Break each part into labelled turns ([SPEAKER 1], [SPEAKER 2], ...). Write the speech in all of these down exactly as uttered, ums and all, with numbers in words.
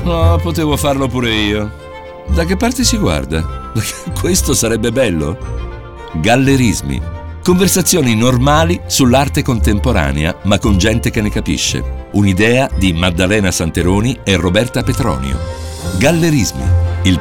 [SPEAKER 1] No, potevo farlo pure io. Da che parte si guarda? Questo sarebbe bello? Gallerismi. Conversazioni normali sull'arte contemporanea, ma con gente che ne capisce. Un'idea di Maddalena Santeroni e Roberta Petronio. Gallerismi, il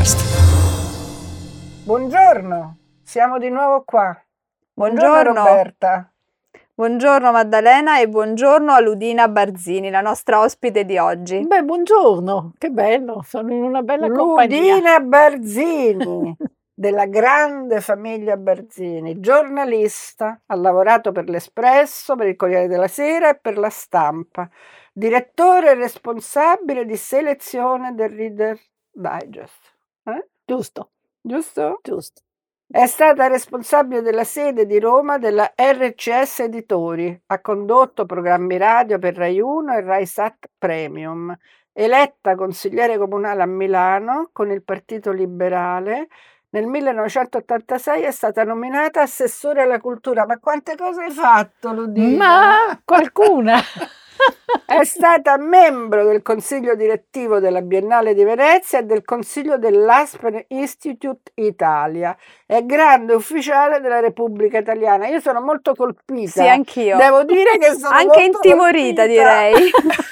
[SPEAKER 1] podcast.
[SPEAKER 2] Buongiorno, siamo di nuovo qua. Buongiorno,
[SPEAKER 3] Buongiorno
[SPEAKER 2] Roberta.
[SPEAKER 3] Buongiorno Maddalena e buongiorno a Ludina Barzini, la nostra ospite di oggi.
[SPEAKER 4] Beh, buongiorno, che bello, sono in una bella compagnia.
[SPEAKER 2] Ludina Barzini, della grande famiglia Barzini, giornalista, ha lavorato per l'Espresso, per il Corriere della Sera e per La Stampa, direttore e responsabile di selezione del Reader Digest. Eh?
[SPEAKER 4] Giusto,
[SPEAKER 2] Giusto?
[SPEAKER 4] giusto.
[SPEAKER 2] È stata responsabile della sede di Roma della R C S Editori, ha condotto programmi radio per Rai uno e Rai Sat Premium, eletta consigliere comunale a Milano con il Partito Liberale. Nel millenovecentottantasei è stata nominata assessore alla cultura. Ma quante cose hai fatto, Ludina?
[SPEAKER 4] Ma qualcuna!
[SPEAKER 2] È stata membro del consiglio direttivo della Biennale di Venezia e del consiglio dell'Aspen Institute Italia. È grande ufficiale della Repubblica Italiana. Io sono molto colpita.
[SPEAKER 3] Sì, anch'io.
[SPEAKER 2] Devo dire che sono
[SPEAKER 3] anche
[SPEAKER 2] molto
[SPEAKER 3] intimorita,
[SPEAKER 2] colpita.
[SPEAKER 3] direi.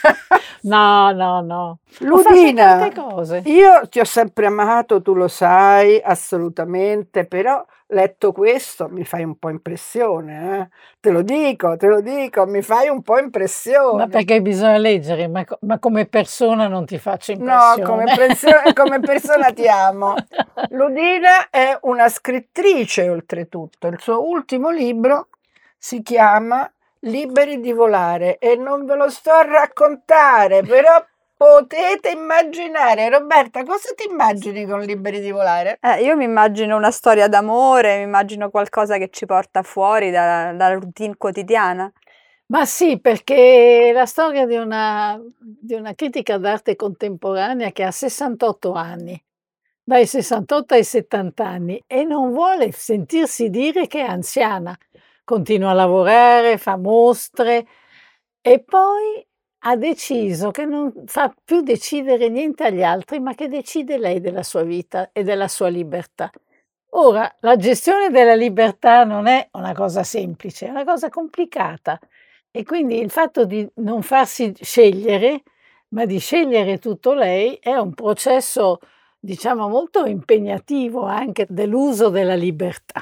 [SPEAKER 4] No, no, no.
[SPEAKER 2] Ludina,
[SPEAKER 4] Ho fatto tante cose.
[SPEAKER 2] Io ti ho sempre amato, tu lo sai, assolutamente, però letto questo mi fai un po' impressione, eh? Te lo dico, te lo dico, mi fai un po' impressione.
[SPEAKER 4] Ma perché bisogna leggere, ma, co- ma come persona non ti faccio
[SPEAKER 2] No,
[SPEAKER 4] impressione.
[SPEAKER 2] come, persona, come persona ti amo. Ludina è una scrittrice, oltretutto. Il suo ultimo libro si chiama Liberi di volare e non ve lo sto a raccontare, però potete immaginare. Roberta, cosa ti immagini con Liberi di volare?
[SPEAKER 3] Eh, io mi immagino una storia d'amore, mi immagino qualcosa che ci porta fuori da- dalla routine quotidiana.
[SPEAKER 4] Ma sì, perché è la storia di una, di una critica d'arte contemporanea che ha sessantotto anni, dai sessantotto ai settanta anni, e non vuole sentirsi dire che è anziana. Continua a lavorare, fa mostre e poi ha deciso che non fa più decidere niente agli altri, ma che decide lei della sua vita e della sua libertà. Ora, la gestione della libertà non è una cosa semplice, è una cosa complicata. E quindi il fatto di non farsi scegliere, ma di scegliere tutto lei, è un processo, diciamo, molto impegnativo anche dell'uso della libertà.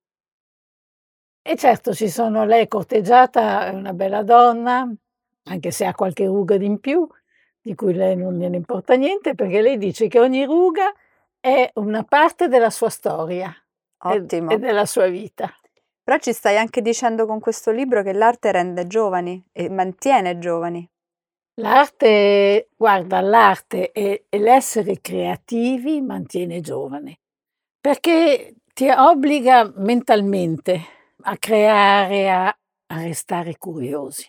[SPEAKER 4] E certo, ci sono, lei è corteggiata, è una bella donna, anche se ha qualche ruga di in più, di cui lei non gliene importa niente, perché lei dice che ogni ruga è una parte della sua storia e,
[SPEAKER 3] Ottimo.
[SPEAKER 4] e della sua vita.
[SPEAKER 3] Però ci stai anche dicendo con questo libro che l'arte rende giovani e mantiene giovani.
[SPEAKER 4] L'arte, guarda, l'arte e, e l'essere creativi mantiene giovane, perché ti obbliga mentalmente a creare, a, a restare curiosi.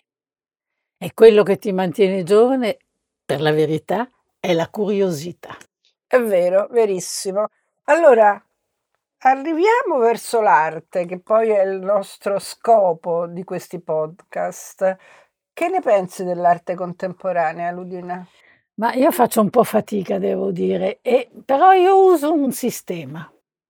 [SPEAKER 4] E quello che ti mantiene giovane, per la verità, è la curiosità.
[SPEAKER 2] È vero, verissimo. Allora, arriviamo verso l'arte, che poi è il nostro scopo di questi podcast. Che ne pensi dell'arte contemporanea, Ludina?
[SPEAKER 4] Ma io faccio un po' fatica, devo dire, e, però io uso un sistema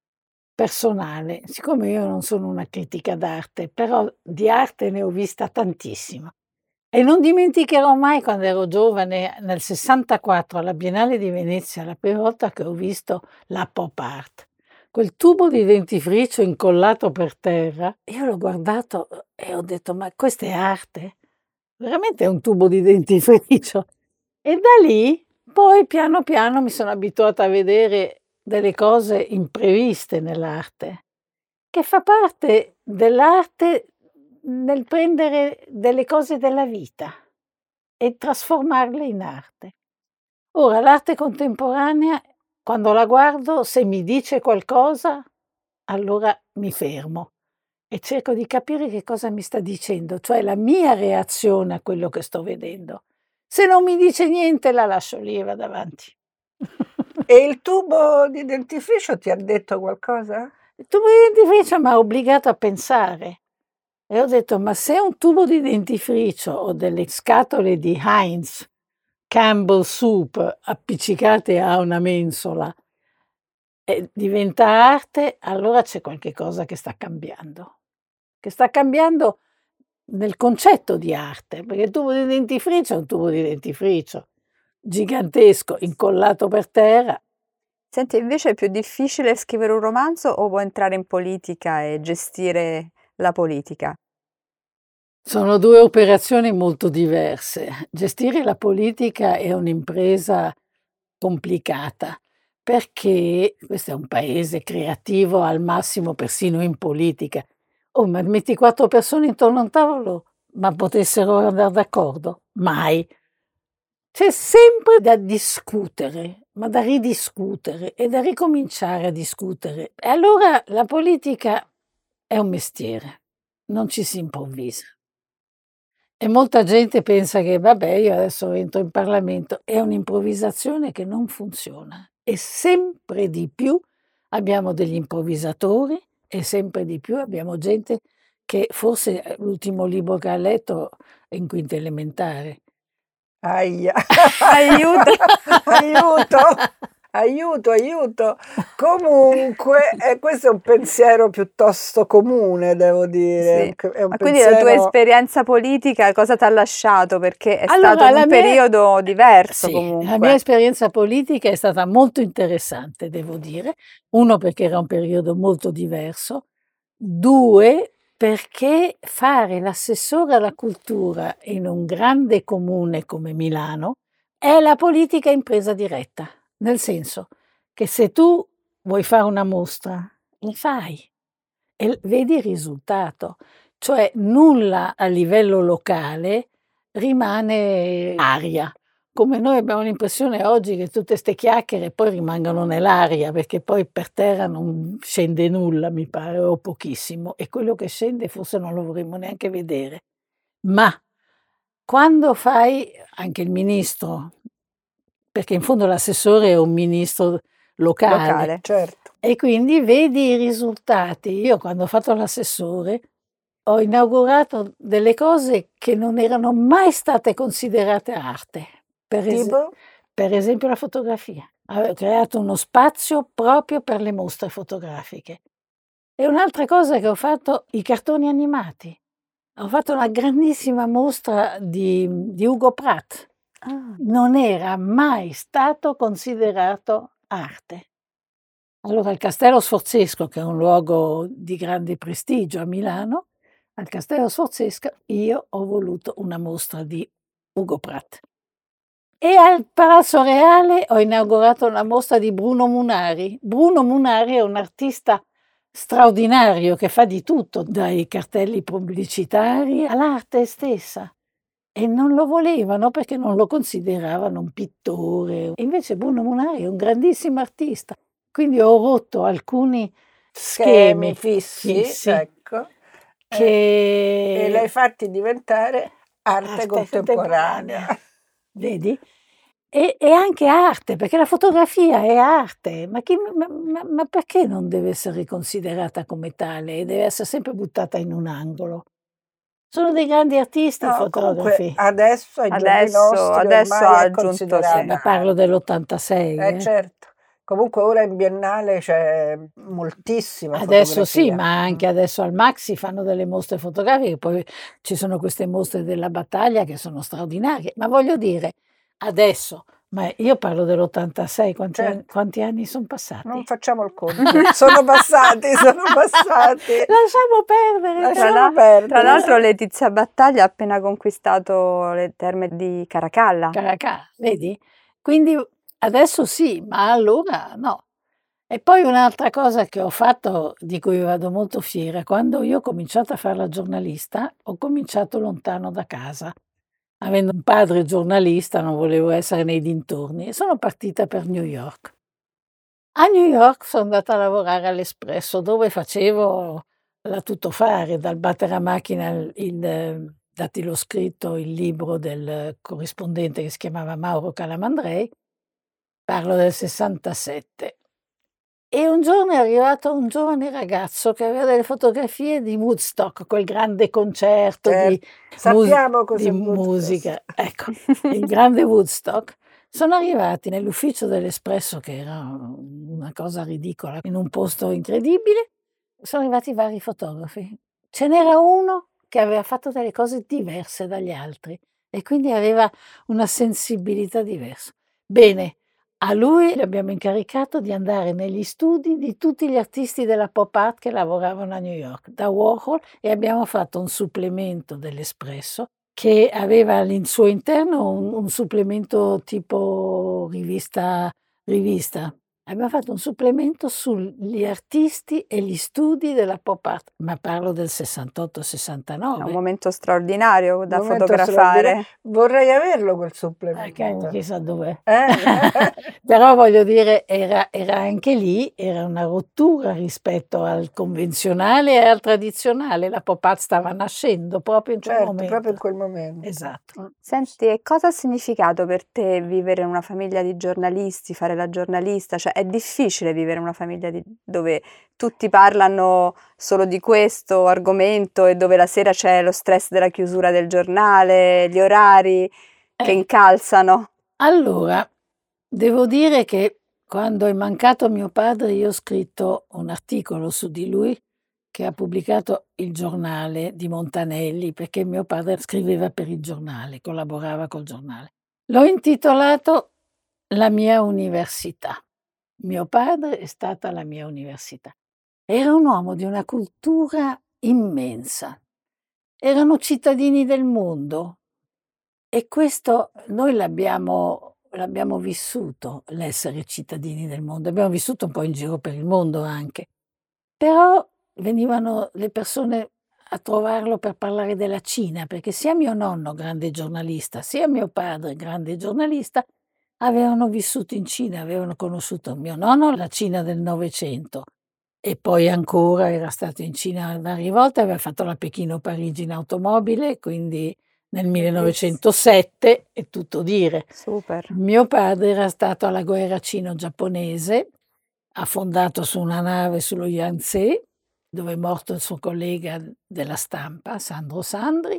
[SPEAKER 4] personale. Siccome io non sono una critica d'arte, però di arte ne ho vista tantissima. E non dimenticherò mai quando ero giovane, nel sessantaquattro, alla Biennale di Venezia, la prima volta che ho visto la pop art. Quel tubo di dentifricio incollato per terra, io l'ho guardato e ho detto, ma questa è arte? Veramente è un tubo di dentifricio? E da lì, poi piano piano mi sono abituata a vedere delle cose impreviste nell'arte, che fa parte dell'arte nel prendere delle cose della vita e trasformarle in arte. Ora, l'arte contemporanea, quando la guardo, se mi dice qualcosa, allora mi fermo e cerco di capire che cosa mi sta dicendo, cioè la mia reazione a quello che sto vedendo. Se non mi dice niente, la lascio lì e vado avanti.
[SPEAKER 2] E il tubo di dentifricio ti ha detto qualcosa?
[SPEAKER 4] Il tubo di dentifricio mi ha obbligato a pensare. E ho detto, ma se un tubo di dentifricio o delle scatole di Heinz Campbell Soup appiccicate a una mensola e diventa arte, allora c'è qualche cosa che sta cambiando. Che sta cambiando nel concetto di arte, perché il tubo di dentifricio è un tubo di dentifricio gigantesco, incollato per terra.
[SPEAKER 3] Senti, invece è più difficile scrivere un romanzo o vuoi entrare in politica e gestire la politica?
[SPEAKER 4] Sono due operazioni molto diverse. Gestire la politica è un'impresa complicata, perché questo è un paese creativo al massimo, persino in politica. Oh, ma metti quattro persone intorno a un tavolo, ma potessero andare d'accordo? Mai. C'è sempre da discutere, ma da ridiscutere e da ricominciare a discutere. E allora la politica è un mestiere, non ci si improvvisa. E molta gente pensa che, vabbè, io adesso entro in Parlamento, è un'improvvisazione che non funziona. E sempre di più abbiamo degli improvvisatori e sempre di più abbiamo gente che forse eh, l'ultimo libro che ha letto è in quinta elementare.
[SPEAKER 2] Ahia.
[SPEAKER 3] Aiuto!
[SPEAKER 2] Aiuto! Aiuto, aiuto. Comunque, eh, questo è un pensiero piuttosto comune, devo dire.
[SPEAKER 3] Sì.
[SPEAKER 2] È un
[SPEAKER 3] Ma quindi la tua
[SPEAKER 2] pensiero...
[SPEAKER 3] esperienza politica cosa ti ha lasciato? Perché è
[SPEAKER 4] Allora,
[SPEAKER 3] stato
[SPEAKER 4] la
[SPEAKER 3] un
[SPEAKER 4] mia-
[SPEAKER 3] periodo diverso
[SPEAKER 4] Sì,
[SPEAKER 3] comunque.
[SPEAKER 4] la mia esperienza politica è stata molto interessante, devo dire. Uno, perché era un periodo molto diverso. Due, perché fare l'assessore alla cultura in un grande comune come Milano è la politica in presa diretta. Nel senso che se tu vuoi fare una mostra, la fai e l- vedi il risultato. Cioè nulla a livello locale rimane aria. Come noi abbiamo l'impressione oggi che tutte ste chiacchiere poi rimangano nell'aria, perché poi per terra non scende nulla, mi pare, o pochissimo, e quello che scende forse non lo vorremmo neanche vedere. Ma quando fai anche il ministro, perché in fondo l'assessore è un ministro locale,
[SPEAKER 3] Locale.
[SPEAKER 2] Certo.
[SPEAKER 4] e quindi vedi i risultati. Io quando ho fatto l'assessore ho inaugurato delle cose che non erano mai state considerate arte. Per, es-
[SPEAKER 2] Tipo?
[SPEAKER 4] per esempio la fotografia. Avevo creato uno spazio proprio per le mostre fotografiche. E un'altra cosa che ho fatto, i cartoni animati. Ho fatto una grandissima mostra di, di Ugo Pratt.
[SPEAKER 3] Ah,
[SPEAKER 4] Non era mai stato considerato arte. Allora, al Castello Sforzesco, che è un luogo di grande prestigio a Milano, al Castello Sforzesco io ho voluto una mostra di Ugo Pratt. E al Palazzo Reale ho inaugurato una mostra di Bruno Munari. Bruno Munari è un artista straordinario che fa di tutto, dai cartelli pubblicitari all'arte stessa. E non lo volevano perché non lo consideravano un pittore. E invece Bruno Munari è un grandissimo artista. Quindi ho rotto alcuni schemi
[SPEAKER 2] Schemi fissi,
[SPEAKER 4] fissi
[SPEAKER 2] ecco.
[SPEAKER 4] che
[SPEAKER 2] E l'hai fatti diventare arte,
[SPEAKER 4] arte
[SPEAKER 2] contemporanea.
[SPEAKER 4] Vedi? E, e anche arte, perché la fotografia è arte, ma, chi- ma- ma- ma perché non deve essere considerata come tale e deve essere sempre buttata in un angolo? Sono dei grandi artisti i
[SPEAKER 2] No, comunque
[SPEAKER 4] fotografi.
[SPEAKER 2] adesso ai giorni
[SPEAKER 3] Adesso-
[SPEAKER 2] nostri
[SPEAKER 3] adesso
[SPEAKER 2] ormai
[SPEAKER 3] ha
[SPEAKER 2] è
[SPEAKER 3] aggiunto,
[SPEAKER 2] considerata
[SPEAKER 3] sì.
[SPEAKER 4] Ma parlo
[SPEAKER 2] arte.
[SPEAKER 4] dell'ottantasei.
[SPEAKER 2] Eh
[SPEAKER 4] eh.
[SPEAKER 2] certo. Comunque ora in Biennale c'è moltissima
[SPEAKER 4] Adesso sì,
[SPEAKER 2] fotografia.
[SPEAKER 4] ma anche adesso al Maxi fanno delle mostre fotografiche, poi ci sono queste mostre della battaglia che sono straordinarie. Ma voglio dire, adesso, ma io parlo dell'ottantasei, quanti,
[SPEAKER 2] Certo.
[SPEAKER 4] anni, quanti anni sono passati?
[SPEAKER 2] Non facciamo il conto. Sono passati, sono passati.
[SPEAKER 4] Lasciamo perdere.
[SPEAKER 2] Lasciamo
[SPEAKER 3] Tra, la-
[SPEAKER 2] perdere.
[SPEAKER 3] tra l'altro Letizia Battaglia ha appena conquistato le terme di Caracalla.
[SPEAKER 4] Caracà, vedi? Quindi adesso sì, ma allora no. E poi un'altra cosa che ho fatto, di cui vado molto fiera, quando io ho cominciato a fare la giornalista, ho cominciato lontano da casa. Avendo un padre giornalista, non volevo essere nei dintorni e sono partita per New York. A New York sono andata a lavorare all'Espresso, dove facevo la tuttofare, dal battere a macchina il, il eh, dattilo scritto, il libro del corrispondente che si chiamava Mauro Calamandrei, parlo del sessantasette. E un giorno è arrivato un giovane ragazzo che aveva delle fotografie di Woodstock, quel grande concerto di,
[SPEAKER 2] Certo, sappiamo
[SPEAKER 4] mus-
[SPEAKER 2] cos'è
[SPEAKER 4] di
[SPEAKER 2] Woodstock.
[SPEAKER 4] musica, ecco, il grande Woodstock. Sono arrivati nell'ufficio dell'Espresso, che era una cosa ridicola, in un posto incredibile, sono arrivati vari fotografi. Ce n'era uno che aveva fatto delle cose diverse dagli altri e quindi aveva una sensibilità diversa. Bene, a lui gli abbiamo incaricato di andare negli studi di tutti gli artisti della pop art che lavoravano a New York, da Warhol, e abbiamo fatto un supplemento dell'Espresso che aveva al suo interno un, un supplemento tipo rivista, rivista. Abbiamo fatto un supplemento sugli artisti e gli studi della pop art, ma parlo del sessantotto
[SPEAKER 3] È un
[SPEAKER 4] sessantanove.
[SPEAKER 3] momento straordinario da
[SPEAKER 2] Momento
[SPEAKER 3] fotografare.
[SPEAKER 2] straordinario. Vorrei averlo quel
[SPEAKER 4] Eh, che
[SPEAKER 2] supplemento.
[SPEAKER 4] chissà dov'è.
[SPEAKER 2] Eh?
[SPEAKER 4] Però voglio dire, era, era anche lì, era una rottura rispetto al convenzionale e al tradizionale. La pop art stava nascendo proprio in quel
[SPEAKER 2] Certo,
[SPEAKER 4] momento.
[SPEAKER 2] proprio in quel momento.
[SPEAKER 4] Esatto.
[SPEAKER 3] Senti, e cosa ha significato per te vivere in una famiglia di giornalisti, fare la giornalista? Cioè, è difficile vivere in una famiglia di- dove tutti parlano solo di questo argomento e dove la sera c'è lo stress della chiusura del giornale, gli orari che
[SPEAKER 4] Eh.
[SPEAKER 3] incalzano.
[SPEAKER 4] Allora, devo dire che quando è mancato mio padre io ho scritto un articolo su di lui che ha pubblicato il giornale di Montanelli, perché mio padre scriveva per il giornale, collaborava col giornale. L'ho intitolato La mia università. Mio padre è stata la mia università. Era un uomo di una cultura immensa. Erano cittadini del mondo. E questo noi l'abbiamo, l'abbiamo vissuto, l'essere cittadini del mondo. Abbiamo vissuto un po' in giro per il mondo anche. Però venivano le persone a trovarlo per parlare della Cina, perché sia mio nonno, grande giornalista, sia mio padre, grande giornalista, avevano vissuto in Cina, avevano conosciuto mio nonno la Cina del Novecento. E poi ancora era stato in Cina varie volte, aveva fatto la Pechino-Parigi in automobile, quindi nel millenovecentosette, è tutto dire.
[SPEAKER 3] Super.
[SPEAKER 4] Mio padre era stato alla guerra cino-giapponese, affondato su una nave sullo Yangtze, dove è morto il suo collega della stampa, Sandro Sandri,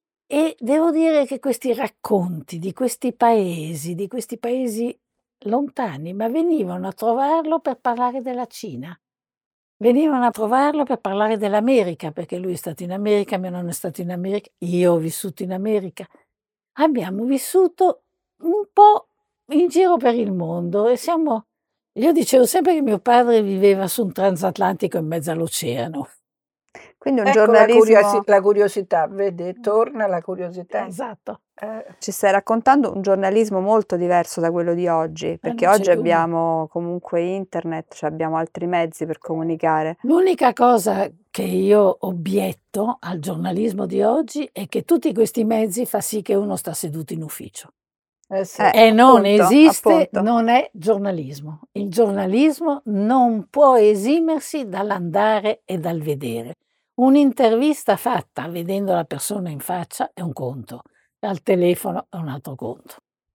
[SPEAKER 4] e devo dire che questi racconti di questi paesi, di questi paesi lontani, ma venivano a trovarlo per parlare della Cina. Venivano a trovarlo per parlare dell'America, perché lui è stato in America, mio nonno è stato in America, io ho vissuto in America. Abbiamo vissuto un po' in giro per il mondo e siamo... Io dicevo sempre che mio padre viveva su un transatlantico in mezzo all'oceano.
[SPEAKER 3] Quindi un
[SPEAKER 2] Ecco la,
[SPEAKER 3] giornalismo...
[SPEAKER 2] curiosi- la curiosità, vedi, torna la curiosità.
[SPEAKER 4] Esatto.
[SPEAKER 2] Eh,
[SPEAKER 3] Ci stai raccontando un giornalismo molto diverso da quello di oggi, perché
[SPEAKER 4] non c'è
[SPEAKER 3] oggi
[SPEAKER 4] dubbio.
[SPEAKER 3] abbiamo comunque internet, cioè abbiamo altri mezzi per comunicare.
[SPEAKER 4] L'unica cosa che io obietto al giornalismo di oggi è che tutti questi mezzi fa sì che uno sta seduto in ufficio.
[SPEAKER 2] eh sì.
[SPEAKER 3] Eh,
[SPEAKER 4] E non
[SPEAKER 3] appunto,
[SPEAKER 4] esiste,
[SPEAKER 3] appunto.
[SPEAKER 4] non è giornalismo. Il giornalismo non può esimersi dall'andare e dal vedere. Un'intervista fatta vedendo la persona in faccia è un conto, al telefono è un altro conto.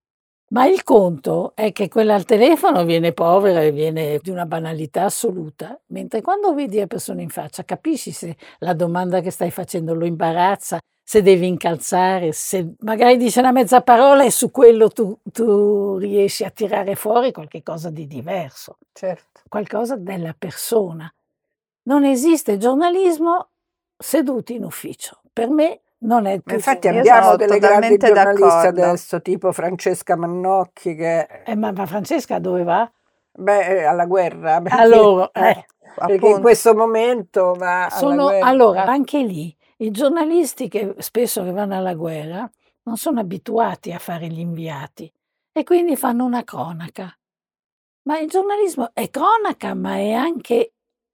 [SPEAKER 4] Ma il conto è che quella al telefono viene povera e viene di una banalità assoluta, mentre quando vedi la persona in faccia capisci se la domanda che stai facendo lo imbarazza, se devi incalzare, se magari dice una mezza parola e su quello tu, tu riesci a tirare fuori qualche cosa di diverso,
[SPEAKER 2] Certo.
[SPEAKER 4] qualcosa della persona. Non esiste giornalismo seduti in ufficio. Per me non è
[SPEAKER 2] Ma
[SPEAKER 4] più
[SPEAKER 2] infatti
[SPEAKER 3] Io
[SPEAKER 2] abbiamo
[SPEAKER 3] sono
[SPEAKER 2] delle grandi
[SPEAKER 3] totalmente
[SPEAKER 2] giornaliste
[SPEAKER 3] d'accordo.
[SPEAKER 2] adesso, tipo Francesca Mannocchi, che
[SPEAKER 4] Eh, ma, ma Francesca dove va?
[SPEAKER 2] beh, è alla guerra, perché,
[SPEAKER 4] Allora, eh.
[SPEAKER 2] eh, perché in
[SPEAKER 3] Appunto.
[SPEAKER 2] questo momento va alla
[SPEAKER 4] Sono,
[SPEAKER 2] guerra.
[SPEAKER 4] allora, anche lì, i giornalisti che spesso che vanno alla guerra non sono abituati a fare gli inviati e quindi fanno una cronaca. Ma il giornalismo è cronaca, ma è anche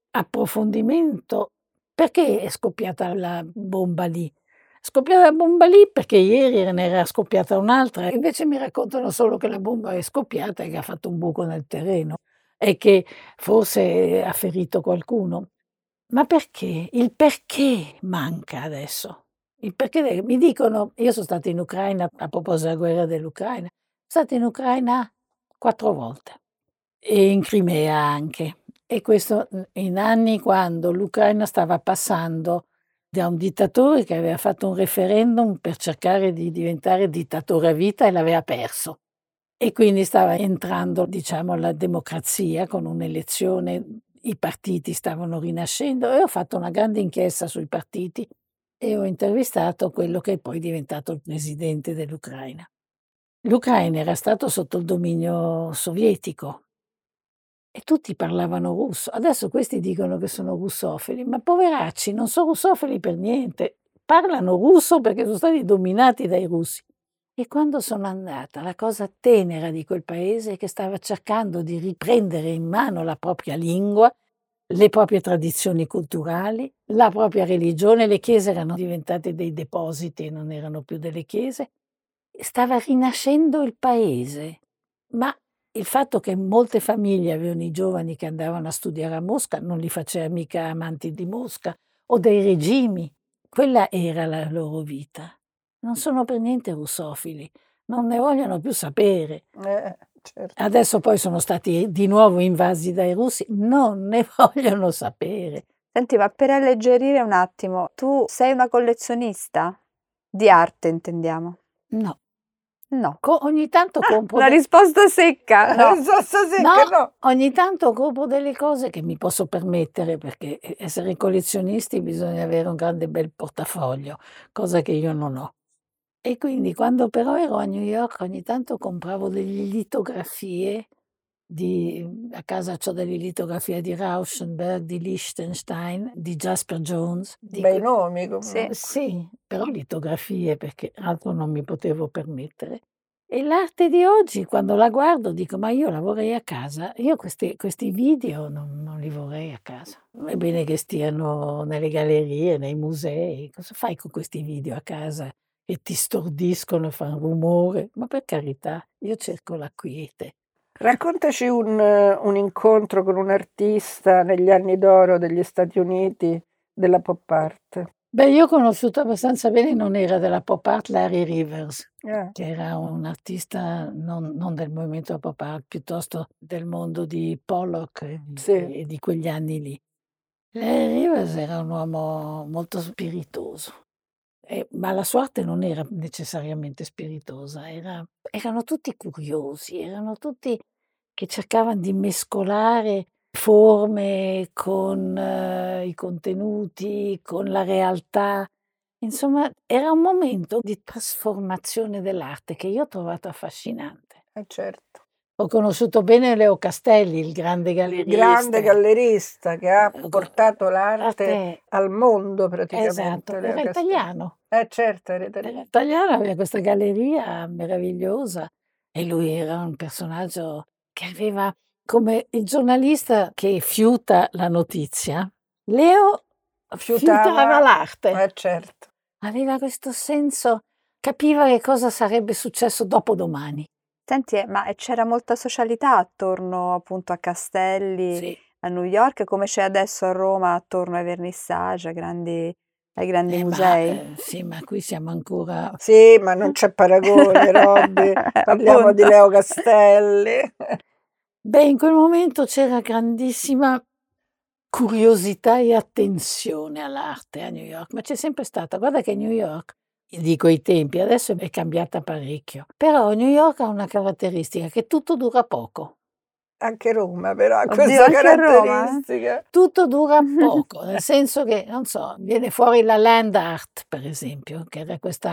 [SPEAKER 4] approfondimento. Perché è scoppiata la bomba lì? È scoppiata la bomba lì perché ieri ne era scoppiata un'altra, e invece mi raccontano solo che la bomba è scoppiata e che ha fatto un buco nel terreno e che forse ha ferito qualcuno. Ma perché? Il perché manca adesso. Il perché mi dicono, io sono stata in Ucraina a proposito della guerra dell'Ucraina, sono stata in Ucraina quattro volte e in Crimea anche. E questo in anni quando l'Ucraina stava passando da un dittatore che aveva fatto un referendum per cercare di diventare dittatore a vita e l'aveva perso. E quindi stava entrando, diciamo, la democrazia con un'elezione, i partiti stavano rinascendo e ho fatto una grande inchiesta sui partiti e ho intervistato quello che è poi diventato il presidente dell'Ucraina. L'Ucraina era stato sotto il dominio sovietico e tutti parlavano russo. Adesso questi dicono che sono russofili, ma poveracci, non sono russofili per niente. Parlano russo perché sono stati dominati dai russi. E quando sono andata, la cosa tenera di quel paese è che stava cercando di riprendere in mano la propria lingua, le proprie tradizioni culturali, la propria religione. Le chiese erano diventate dei depositi e non erano più delle chiese. Stava rinascendo il paese, ma il fatto che molte famiglie avevano i giovani che andavano a studiare a Mosca non li faceva mica amanti di Mosca o dei regimi. Quella era la loro vita. Non sono per niente russofili, non ne vogliono più sapere.
[SPEAKER 2] Eh, certo.
[SPEAKER 4] Adesso poi sono stati di nuovo invasi dai russi, non ne vogliono sapere.
[SPEAKER 3] Senti, ma per alleggerire un attimo, tu sei una collezionista? Di arte, intendiamo.
[SPEAKER 4] No.
[SPEAKER 3] No.
[SPEAKER 4] Co- ogni tanto compro...
[SPEAKER 3] Una
[SPEAKER 4] de-
[SPEAKER 3] risposta secca.
[SPEAKER 2] No,
[SPEAKER 3] No.
[SPEAKER 2] so- so- sì,
[SPEAKER 4] No,
[SPEAKER 2] che no.
[SPEAKER 4] ogni tanto compro delle cose che mi posso permettere, perché essere collezionisti bisogna avere un grande bel portafoglio, cosa che io non ho. E quindi quando però ero a New York ogni tanto compravo delle litografie, di, a casa ho delle litografie di Rauschenberg, di Liechtenstein, di Jasper Jones. Di
[SPEAKER 2] Bei
[SPEAKER 4] que-
[SPEAKER 2] nomi comunque.
[SPEAKER 4] Sì, però litografie perché altro non mi potevo permettere. E l'arte di oggi, quando la guardo, dico, ma io la vorrei a casa. Io questi, questi video non, non li vorrei a casa. È bene che stiano nelle gallerie, nei musei. Cosa fai con questi video a casa che ti stordiscono e fanno rumore? Ma per carità, io cerco la quiete.
[SPEAKER 2] Raccontaci un, eh, un incontro con un artista negli anni d'oro degli Stati Uniti della pop art.
[SPEAKER 4] Beh, io ho conosciuto abbastanza bene, non era della pop art, Larry Rivers,
[SPEAKER 2] Eh,
[SPEAKER 4] che era un artista non, non del movimento pop art, piuttosto del mondo di Pollock e,
[SPEAKER 2] Sì.
[SPEAKER 4] e di quegli anni lì. Larry Rivers era un uomo molto spiritoso, e- ma la sua arte non era necessariamente spiritosa, era- erano tutti curiosi, erano tutti che cercavano di mescolare forme con eh, i contenuti, con la realtà. Insomma, era un momento di trasformazione dell'arte che io ho trovato affascinante.
[SPEAKER 2] eh, certo.
[SPEAKER 4] Ho conosciuto bene Leo Castelli, il grande
[SPEAKER 2] Il
[SPEAKER 4] gallerista.
[SPEAKER 2] grande gallerista che ha
[SPEAKER 4] Eh,
[SPEAKER 2] portato l'arte
[SPEAKER 4] arte-
[SPEAKER 2] al mondo praticamente.
[SPEAKER 4] Esatto,
[SPEAKER 2] Leo
[SPEAKER 4] era
[SPEAKER 2] Castelli.
[SPEAKER 4] italiano.
[SPEAKER 2] Eh certo, era
[SPEAKER 4] Era
[SPEAKER 2] italiano.
[SPEAKER 4] italiano, aveva questa galleria meravigliosa e lui era un personaggio che aveva, come il giornalista che fiuta la notizia, Leo
[SPEAKER 2] Fiutava-
[SPEAKER 4] fiutava l'arte.
[SPEAKER 2] Eh certo.
[SPEAKER 4] Aveva questo senso, capiva che cosa sarebbe successo dopodomani.
[SPEAKER 3] Senti, eh, ma c'era molta socialità attorno appunto a Castelli,
[SPEAKER 4] Sì.
[SPEAKER 3] a New York, come c'è adesso a Roma attorno ai vernissage, ai grandi, ai grandi
[SPEAKER 4] Eh, ma,
[SPEAKER 3] musei?
[SPEAKER 4] eh, sì, ma qui siamo ancora...
[SPEAKER 2] Sì, ma non c'è paragone, Robby. Parliamo di
[SPEAKER 3] Appunto.
[SPEAKER 2] Leo Castelli.
[SPEAKER 4] Beh, in quel momento c'era grandissima curiosità e attenzione all'arte a New York, ma c'è sempre stata. Guarda che New York, dico i tempi, adesso è cambiata parecchio, però New York ha una caratteristica che tutto dura poco.
[SPEAKER 2] Anche Roma però ha
[SPEAKER 3] Oddio,
[SPEAKER 2] questa
[SPEAKER 3] anche a Roma, eh?
[SPEAKER 2] caratteristica.
[SPEAKER 4] Tutto dura poco, nel senso che, non so, viene fuori la land art, per esempio, che era questa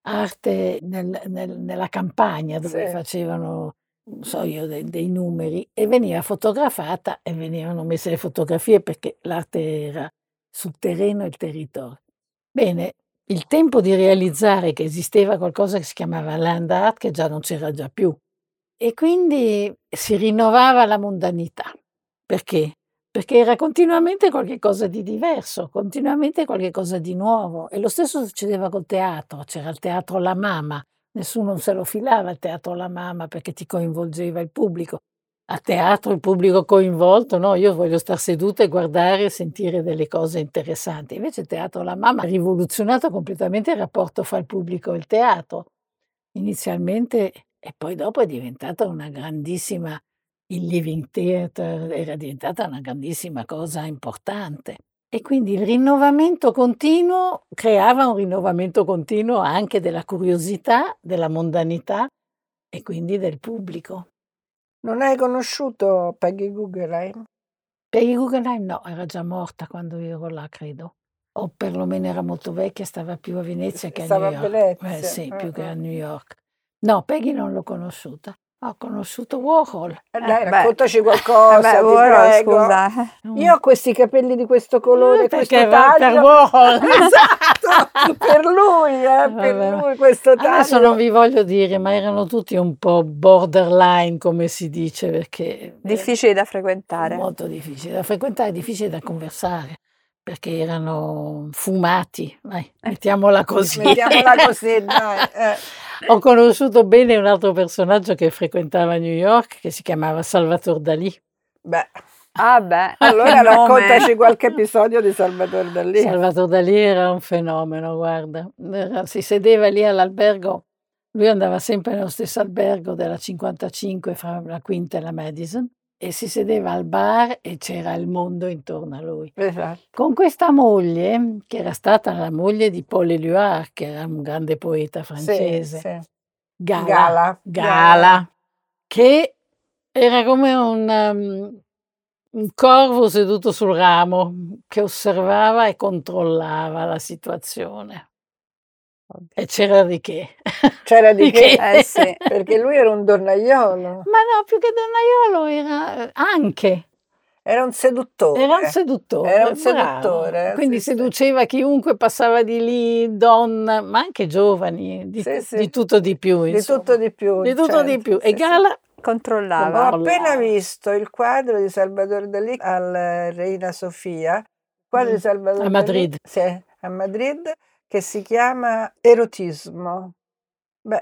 [SPEAKER 4] arte nel- nel- nella campagna dove
[SPEAKER 2] Sì.
[SPEAKER 4] facevano, non so io, dei, dei numeri e veniva fotografata e venivano messe le fotografie perché l'arte era sul terreno e il territorio. Bene, il tempo di realizzare che esisteva qualcosa che si chiamava land art, che già non c'era già più, e quindi si rinnovava la mondanità. Perché? Perché era continuamente qualcosa di diverso, continuamente qualcosa di nuovo. E lo stesso succedeva col teatro. C'era il teatro La Mama, nessuno se lo filava il teatro La Mama perché ti coinvolgeva il pubblico. A teatro il pubblico coinvolto, no, io voglio stare seduta e guardare e sentire delle cose interessanti. Invece il teatro La Mama ha rivoluzionato completamente il rapporto fra il pubblico e il teatro. Inizialmente, e poi dopo è diventata una grandissima il Living Theatre era diventata una grandissima cosa importante. E quindi il rinnovamento continuo creava un rinnovamento continuo anche della curiosità, della mondanità e quindi del pubblico.
[SPEAKER 2] Non hai conosciuto Peggy Guggenheim?
[SPEAKER 4] Peggy Guggenheim no, era già morta quando io ero là, credo. O perlomeno era molto vecchia, stava più a Venezia che a
[SPEAKER 2] Stava a
[SPEAKER 4] New York.
[SPEAKER 2] Venezia.
[SPEAKER 4] Eh sì, più che
[SPEAKER 2] Ah,
[SPEAKER 4] a
[SPEAKER 2] ah.
[SPEAKER 4] New York. No, Peggy non l'ho conosciuta. Ho conosciuto Warhol.
[SPEAKER 2] Eh, dai,
[SPEAKER 3] beh.
[SPEAKER 2] raccontaci
[SPEAKER 3] Eh
[SPEAKER 2] qualcosa,
[SPEAKER 3] beh,
[SPEAKER 2] ti
[SPEAKER 3] Warhol,
[SPEAKER 2] prego.
[SPEAKER 3] scusa.
[SPEAKER 2] Io ho questi capelli di questo colore,
[SPEAKER 4] Eh,
[SPEAKER 2] questo
[SPEAKER 4] perché va-
[SPEAKER 2] taglio.
[SPEAKER 4] per Warhol.
[SPEAKER 2] Esatto, per lui, eh, per
[SPEAKER 4] Vabbè,
[SPEAKER 2] lui questo
[SPEAKER 4] adesso
[SPEAKER 2] taglio.
[SPEAKER 4] non vi voglio dire, ma erano tutti un po' borderline, come si dice, perché
[SPEAKER 3] Difficili da
[SPEAKER 4] eh,
[SPEAKER 3] frequentare.
[SPEAKER 4] molto difficili da frequentare, difficili da conversare, perché erano fumati, vai, mettiamola così.
[SPEAKER 2] Mettiamola così, dai. eh.
[SPEAKER 4] Ho conosciuto bene un altro personaggio che frequentava New York, che si chiamava Salvatore Dalì.
[SPEAKER 2] Beh,
[SPEAKER 3] Ah beh,
[SPEAKER 2] allora
[SPEAKER 3] che nome.
[SPEAKER 2] raccontaci qualche episodio di Salvatore Dalì.
[SPEAKER 4] Salvatore Dalì era un fenomeno, guarda. Era- si sedeva lì all'albergo, lui andava sempre nello stesso albergo della cinquantacinque fra la Quinta e la Madison, e si sedeva al bar e c'era il mondo intorno a lui.
[SPEAKER 2] Esatto.
[SPEAKER 4] Con questa moglie, che era stata la moglie di Paul Éluard, che era un grande poeta
[SPEAKER 2] Sì,
[SPEAKER 4] francese,
[SPEAKER 2] sì.
[SPEAKER 4] Gala,
[SPEAKER 2] Gala,
[SPEAKER 4] Gala,
[SPEAKER 2] Gala.
[SPEAKER 4] che era come un, um, un corvo seduto sul ramo che osservava e controllava la situazione. E c'era di che.
[SPEAKER 2] C'era di che?
[SPEAKER 3] Eh sì.
[SPEAKER 2] Perché lui era un donnaiolo,
[SPEAKER 4] Ma no, più che donnaiolo era anche,
[SPEAKER 2] era un seduttore.
[SPEAKER 4] era un seduttore,
[SPEAKER 2] Era un
[SPEAKER 4] bravo.
[SPEAKER 2] seduttore,
[SPEAKER 4] Quindi
[SPEAKER 2] sì, sì.
[SPEAKER 4] seduceva chiunque passava di lì, donne, ma anche giovani, di,
[SPEAKER 2] Sì, sì.
[SPEAKER 4] di tutto di più,
[SPEAKER 2] Di
[SPEAKER 4] insomma.
[SPEAKER 2] tutto di più,
[SPEAKER 4] Di tutto di
[SPEAKER 2] certo,
[SPEAKER 4] più. E
[SPEAKER 2] sì, sì.
[SPEAKER 4] Gala
[SPEAKER 3] Controllava.
[SPEAKER 2] Ho
[SPEAKER 4] Controllava.
[SPEAKER 2] appena visto il quadro di Salvador Dalì al Reina Sofia, il quadro
[SPEAKER 4] Mm.
[SPEAKER 2] di Salvador
[SPEAKER 4] A
[SPEAKER 2] Dalì,
[SPEAKER 4] Madrid.
[SPEAKER 2] sì, a Madrid, che si chiama Erotismo. Beh,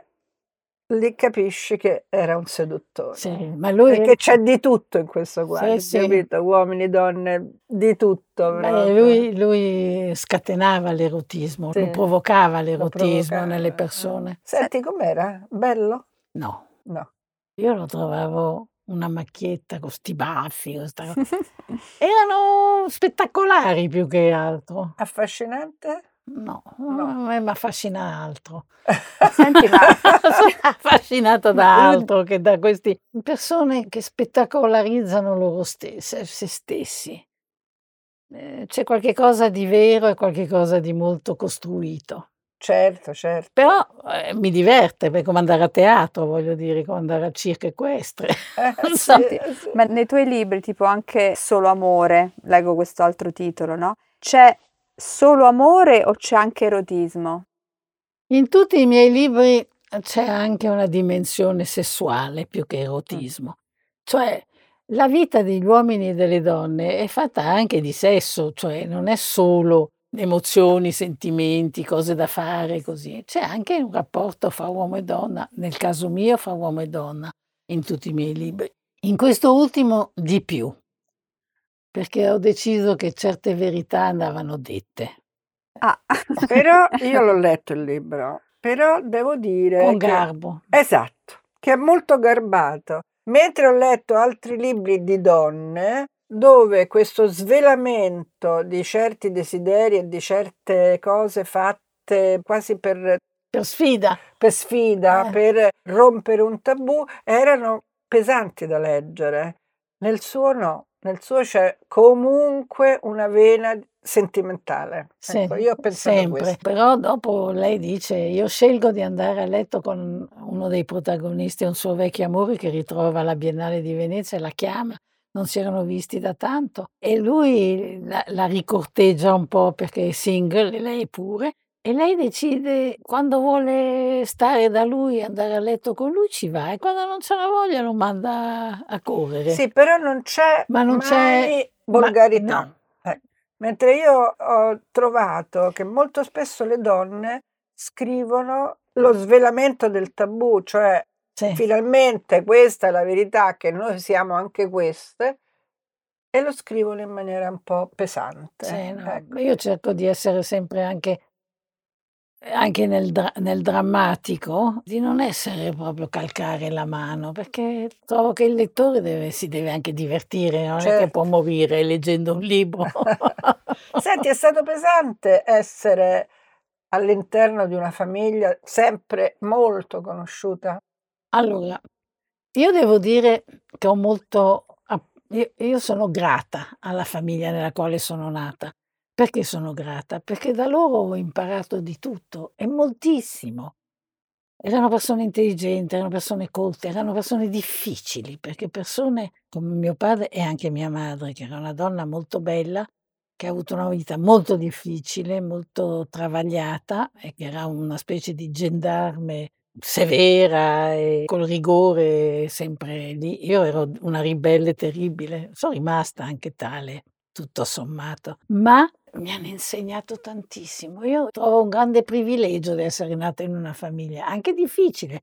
[SPEAKER 2] lì capisci che era un seduttore.
[SPEAKER 4] Sì, ma lui
[SPEAKER 2] Perché c'è di tutto in questo quadro,
[SPEAKER 4] sì.
[SPEAKER 2] capito? Uomini, donne, di tutto.
[SPEAKER 4] Beh,
[SPEAKER 2] proprio.
[SPEAKER 4] lui, lui scatenava l'erotismo,
[SPEAKER 2] Sì,
[SPEAKER 4] lo provocava
[SPEAKER 2] lo
[SPEAKER 4] l'erotismo
[SPEAKER 2] provocava.
[SPEAKER 4] nelle persone.
[SPEAKER 2] Senti com'era? Bello?
[SPEAKER 4] No,
[SPEAKER 2] No.
[SPEAKER 4] io lo trovavo una macchietta con sti baffi, con sta- erano spettacolari più che altro.
[SPEAKER 2] Affascinante?
[SPEAKER 4] No,
[SPEAKER 2] No.
[SPEAKER 4] a me mi affascina altro.
[SPEAKER 3] Senti, ma
[SPEAKER 4] Sono affascinata da
[SPEAKER 2] Ma lui-
[SPEAKER 4] altro che da queste persone che spettacolarizzano loro stesse, se stessi. Eh, c'è qualche cosa di vero e qualche cosa di molto costruito.
[SPEAKER 2] Certo, certo.
[SPEAKER 4] Però eh, mi diverte, perché come andare a teatro, voglio dire, come andare a circo equestre.
[SPEAKER 2] Eh,
[SPEAKER 4] Non
[SPEAKER 2] sì,
[SPEAKER 4] so.
[SPEAKER 2] eh, sì.
[SPEAKER 3] Ma nei tuoi libri, tipo anche Solo amore, leggo questo altro titolo, no? C'è solo amore o c'è anche erotismo?
[SPEAKER 4] In tutti i miei libri c'è anche una dimensione sessuale più che erotismo. Cioè, la vita degli uomini e delle donne è fatta anche di sesso, cioè non è solo emozioni, sentimenti, cose da fare, così. C'è anche un rapporto fra uomo e donna, nel caso mio fra uomo e donna, in tutti i miei libri. In questo ultimo di più, perché ho deciso che certe verità andavano dette.
[SPEAKER 3] Ah,
[SPEAKER 2] Però io l'ho letto il libro, però devo dire
[SPEAKER 4] Con
[SPEAKER 2] che-
[SPEAKER 4] garbo.
[SPEAKER 2] esatto, che è molto garbato. Mentre ho letto altri libri di donne dove questo svelamento di certi desideri e di certe cose fatte quasi per,
[SPEAKER 4] Per sfida.
[SPEAKER 2] per sfida,
[SPEAKER 4] Eh.
[SPEAKER 2] per rompere un tabù, erano pesanti da leggere. Nel suo no, nel suo c'è comunque una vena sentimentale.
[SPEAKER 4] Sì,
[SPEAKER 2] Ecco, io ho pensato
[SPEAKER 4] sempre.
[SPEAKER 2] questo.
[SPEAKER 4] Però dopo lei dice: io scelgo di andare a letto con uno dei protagonisti, un suo vecchio amore che ritrova alla Biennale di Venezia e la chiama, non si erano visti da tanto, e lui la, la ricorteggia un po' perché è single e lei pure, e lei decide, quando vuole stare da lui, andare a letto con lui, ci va, e quando non c'ha la voglia lo manda a correre.
[SPEAKER 2] Sì, però non c'è
[SPEAKER 4] Ma non
[SPEAKER 2] mai
[SPEAKER 4] c'è- ma-
[SPEAKER 2] volgarità.
[SPEAKER 4] no.
[SPEAKER 2] Eh, Mentre io ho trovato che molto spesso le donne scrivono lo svelamento del tabù, cioè
[SPEAKER 4] Sì.
[SPEAKER 2] finalmente questa è la verità, che noi siamo anche queste, e lo scrivono in maniera un po' pesante.
[SPEAKER 4] Sì, no,
[SPEAKER 2] Ecco.
[SPEAKER 4] io cerco di essere sempre anche anche nel, dra- nel drammatico, di non essere proprio calcare la mano, perché trovo che il lettore deve- si deve anche divertire, non è che
[SPEAKER 2] Certo.
[SPEAKER 4] può morire leggendo un libro.
[SPEAKER 2] Senti, è stato pesante essere all'interno di una famiglia sempre molto conosciuta?
[SPEAKER 4] Allora, io devo dire che ho molto, app- io, io sono grata alla famiglia nella quale sono nata. Perché sono grata? Perché da loro ho imparato di tutto e moltissimo. Erano persone intelligenti, erano persone colte, erano persone difficili, perché persone come mio padre e anche mia madre, che era una donna molto bella, che ha avuto una vita molto difficile, molto travagliata e che era una specie di gendarme severa e col rigore sempre lì. Io ero una ribelle terribile, sono rimasta anche tale, tutto sommato, ma mi hanno insegnato tantissimo. Io trovo un grande privilegio di essere nata in una famiglia, anche difficile.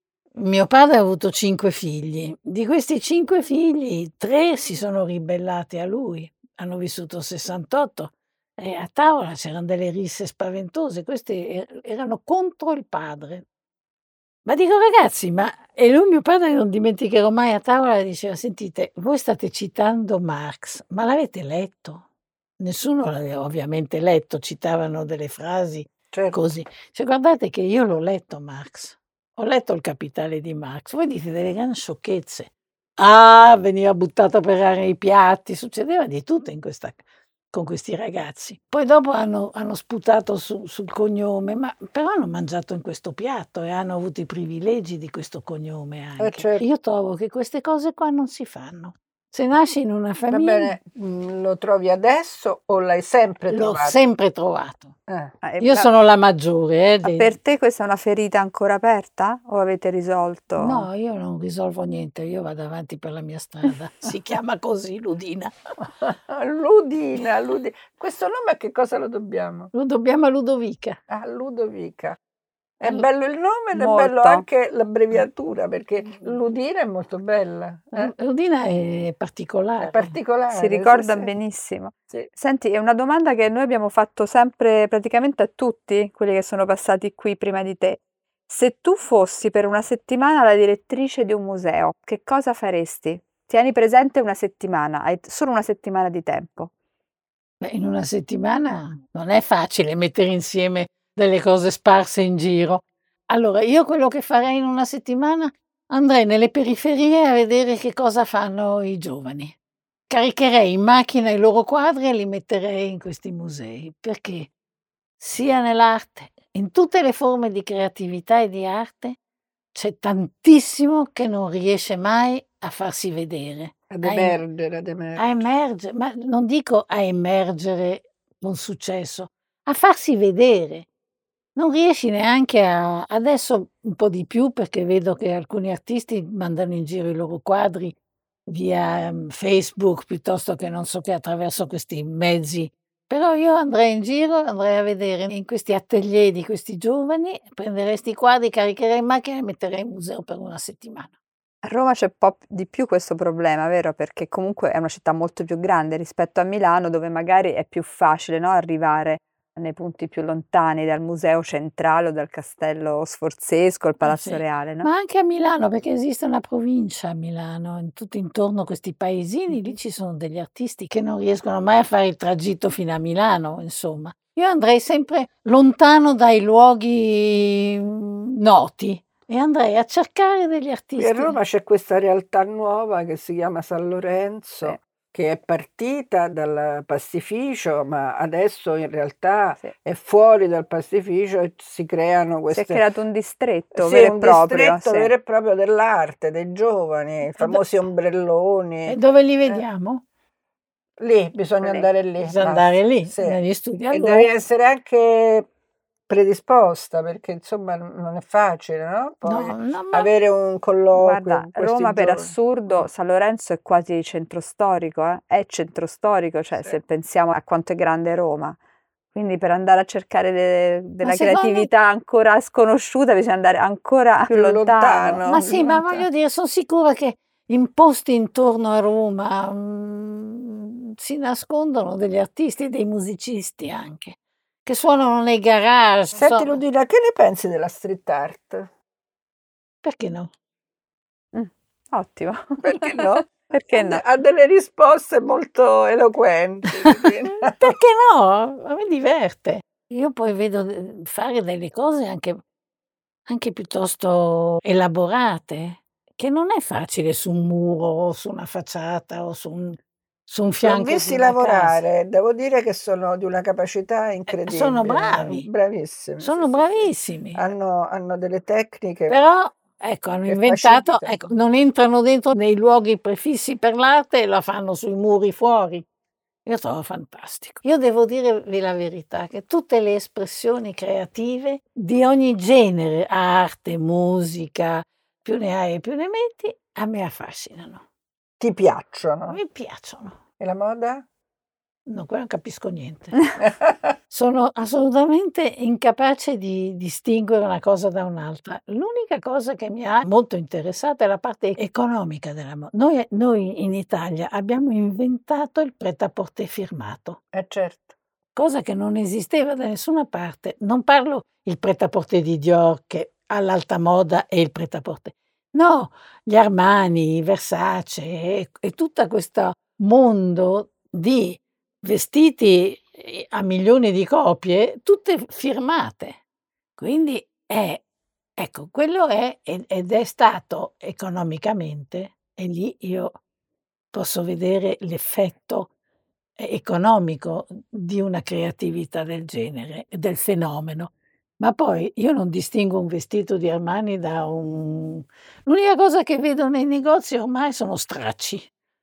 [SPEAKER 4] Mio padre ha avuto cinque figli. Di questi cinque figli, tre si sono ribellati a lui, hanno vissuto sessantotto e a tavola c'erano delle risse spaventose. Questi er- erano contro il padre. Ma dico ragazzi, ma e lui mio padre non dimenticherò mai a tavola diceva: "Sentite, voi state citando Marx, ma l'avete letto?" Nessuno l'aveva ovviamente letto, citavano delle frasi
[SPEAKER 2] Certo.
[SPEAKER 4] così. Cioè guardate che io l'ho letto Marx, ho letto Il Capitale di Marx, voi dite delle gran sciocchezze. Ah, veniva buttato per aria i piatti, succedeva di tutto in questa con questi ragazzi. Poi dopo hanno, hanno sputato su- sul cognome, ma però hanno mangiato in questo piatto e hanno avuto i privilegi di questo cognome
[SPEAKER 2] Eh,
[SPEAKER 4] anche.
[SPEAKER 2] certo.
[SPEAKER 4] Io trovo che queste cose qua non si fanno. Se nasci in una
[SPEAKER 2] Va
[SPEAKER 4] famiglia,
[SPEAKER 2] bene, mm, lo trovi adesso o l'hai sempre
[SPEAKER 4] l'ho
[SPEAKER 2] trovato?
[SPEAKER 4] sempre trovato.
[SPEAKER 2] Eh.
[SPEAKER 3] Ah, e
[SPEAKER 4] Io
[SPEAKER 3] ma-
[SPEAKER 4] sono la maggiore, eh,
[SPEAKER 3] ma
[SPEAKER 4] dei-
[SPEAKER 3] per te questa è una ferita ancora aperta o avete risolto?
[SPEAKER 4] No, io non risolvo niente, io vado avanti per la mia strada. Si chiama così, Ludina.
[SPEAKER 2] Ludina, Ludi- questo nome a che cosa lo dobbiamo?
[SPEAKER 4] Lo dobbiamo a Ludovica.
[SPEAKER 2] A Ludovica. È
[SPEAKER 4] Allo-
[SPEAKER 2] bello il nome ed è bello
[SPEAKER 3] Molto.
[SPEAKER 2] anche l'abbreviatura, perché Ludina è molto bella. eh?
[SPEAKER 4] Ludina è particolare.
[SPEAKER 2] È particolare.
[SPEAKER 3] Si ricorda
[SPEAKER 2] sì, sì.
[SPEAKER 3] benissimo.
[SPEAKER 2] Sì.
[SPEAKER 3] Senti, è una domanda che noi abbiamo fatto sempre praticamente a tutti quelli che sono passati qui prima di te. Se tu fossi per una settimana la direttrice di un museo, che cosa faresti? Tieni presente una settimana, hai solo una settimana di tempo.
[SPEAKER 4] Beh, in una settimana non è facile mettere insieme delle cose sparse in giro. Allora, io quello che farei in una settimana andrei nelle periferie a vedere che cosa fanno i giovani. Caricherei in macchina i loro quadri e li metterei in questi musei, perché sia nell'arte, in tutte le forme di creatività e di arte, c'è tantissimo che non riesce mai a farsi vedere.
[SPEAKER 2] Ad
[SPEAKER 4] a em-
[SPEAKER 2] emergere, ad
[SPEAKER 4] a
[SPEAKER 2] emergere.
[SPEAKER 4] emergere, ma non dico a emergere con successo, a farsi vedere. Non riesci neanche a adesso un po' di più perché vedo che alcuni artisti mandano in giro i loro quadri via mm, Facebook piuttosto che non so che attraverso questi mezzi. Però io andrei in giro, andrei a vedere in questi atelier di questi giovani, prenderei sti quadri, caricherei in macchina e li metterei in museo per una settimana.
[SPEAKER 3] A Roma c'è un po' di più questo problema, vero? Perché comunque è una città molto più grande rispetto a Milano, dove magari è più facile, no, arrivare nei punti più lontani dal museo centrale o dal castello sforzesco, il Palazzo
[SPEAKER 4] sì.
[SPEAKER 3] Reale, no?
[SPEAKER 4] Ma anche a Milano, perché esiste una provincia a Milano, in tutto intorno a questi paesini, lì ci sono degli artisti che non riescono mai a fare il tragitto fino a Milano, insomma. Io andrei sempre lontano dai luoghi mm, noti e andrei a cercare degli
[SPEAKER 2] Qui a
[SPEAKER 4] artisti.
[SPEAKER 2] Roma c'è questa realtà nuova che si chiama San Lorenzo,
[SPEAKER 3] Sì.
[SPEAKER 2] che è partita dal pastificio, ma adesso in realtà
[SPEAKER 3] Sì.
[SPEAKER 2] è fuori dal pastificio e si creano
[SPEAKER 3] Si è
[SPEAKER 2] queste...
[SPEAKER 3] creato un distretto
[SPEAKER 2] Sì,
[SPEAKER 3] vero e
[SPEAKER 2] un
[SPEAKER 3] proprio.
[SPEAKER 2] distretto
[SPEAKER 3] sì.
[SPEAKER 2] vero e proprio dell'arte, dei giovani, i famosi ombrelloni.
[SPEAKER 4] E dove li
[SPEAKER 2] Eh,
[SPEAKER 4] vediamo?
[SPEAKER 2] lì, bisogna
[SPEAKER 3] Lì.
[SPEAKER 2] andare lì.
[SPEAKER 4] Bisogna
[SPEAKER 2] basta,
[SPEAKER 4] andare lì,
[SPEAKER 2] sì.
[SPEAKER 4] negli studi.
[SPEAKER 2] E
[SPEAKER 4] Allora,
[SPEAKER 2] devi essere anche predisposta, perché insomma n- non è facile, no? Poi
[SPEAKER 4] no, no, ma
[SPEAKER 2] avere un colloquio
[SPEAKER 3] Guarda,
[SPEAKER 2] con questi
[SPEAKER 3] Roma per
[SPEAKER 2] giovani.
[SPEAKER 3] assurdo,
[SPEAKER 2] Mm.
[SPEAKER 3] San Lorenzo è quasi centro storico, eh? È centro storico, cioè
[SPEAKER 2] Sì.
[SPEAKER 3] se pensiamo a quanto è grande Roma. Quindi per andare a cercare de- della
[SPEAKER 4] secondo-
[SPEAKER 3] creatività ancora sconosciuta bisogna andare ancora più,
[SPEAKER 2] Più
[SPEAKER 3] lontano.
[SPEAKER 2] lontano.
[SPEAKER 4] Ma sì, ma
[SPEAKER 2] lontano.
[SPEAKER 4] voglio dire, sono sicura che in posti intorno a Roma mm, si nascondono degli artisti e dei musicisti anche, che suonano nei garage.
[SPEAKER 2] Senti
[SPEAKER 4] so-
[SPEAKER 2] Ludina, che ne pensi della street art?
[SPEAKER 4] Perché no?
[SPEAKER 3] Mm, ottimo.
[SPEAKER 2] Perché no?
[SPEAKER 3] Perché
[SPEAKER 2] Ha
[SPEAKER 3] no?
[SPEAKER 2] de- Ha delle risposte molto eloquenti. Ludina.
[SPEAKER 4] Perché no? A me diverte. Io poi vedo eh, fare delle cose anche, anche piuttosto elaborate, che non è facile su un muro o su una facciata o su un, su un
[SPEAKER 2] L'ho
[SPEAKER 4] fianco di
[SPEAKER 2] visti
[SPEAKER 4] una casa.
[SPEAKER 2] lavorare, devo dire che sono di una capacità
[SPEAKER 4] Eh,
[SPEAKER 2] incredibile.
[SPEAKER 4] sono bravi,
[SPEAKER 2] Bravissimi.
[SPEAKER 4] sono
[SPEAKER 2] sì, sì, sì.
[SPEAKER 4] bravissimi.
[SPEAKER 2] Hanno, hanno delle tecniche
[SPEAKER 4] Però, ecco, hanno
[SPEAKER 2] che
[SPEAKER 4] inventato,
[SPEAKER 2] facilitano.
[SPEAKER 4] ecco, non entrano dentro nei luoghi prefissi per l'arte e la fanno sui muri fuori. Io trovo fantastico. Io devo dirvi la verità, che tutte le espressioni creative di ogni genere, arte, musica, più ne hai e più ne metti, a me affascinano,
[SPEAKER 2] Ti piacciono.
[SPEAKER 4] mi piacciono.
[SPEAKER 2] E la moda?
[SPEAKER 4] No, qua non capisco niente. Sono assolutamente incapace di distinguere una cosa da un'altra. L'unica cosa che mi ha molto interessata è la parte economica della moda. Noi, noi in Italia abbiamo inventato il prêt-à-porter firmato,
[SPEAKER 2] Eh certo.
[SPEAKER 4] cosa che non esisteva da nessuna parte. Non parlo il prêt-à-porter di Dior che all'alta moda è il prêt-à-porter. No, gli Armani, i Versace e, e tutto questo mondo di vestiti eh, a milioni di copie, tutte firmate. Quindi è, ecco, quello è ed ed è stato economicamente, e lì io posso vedere l'effetto e economico di una creatività del genere, del fenomeno. Ma poi io non distingo un vestito di Armani da un l'unica cosa che vedo nei negozi ormai sono stracci.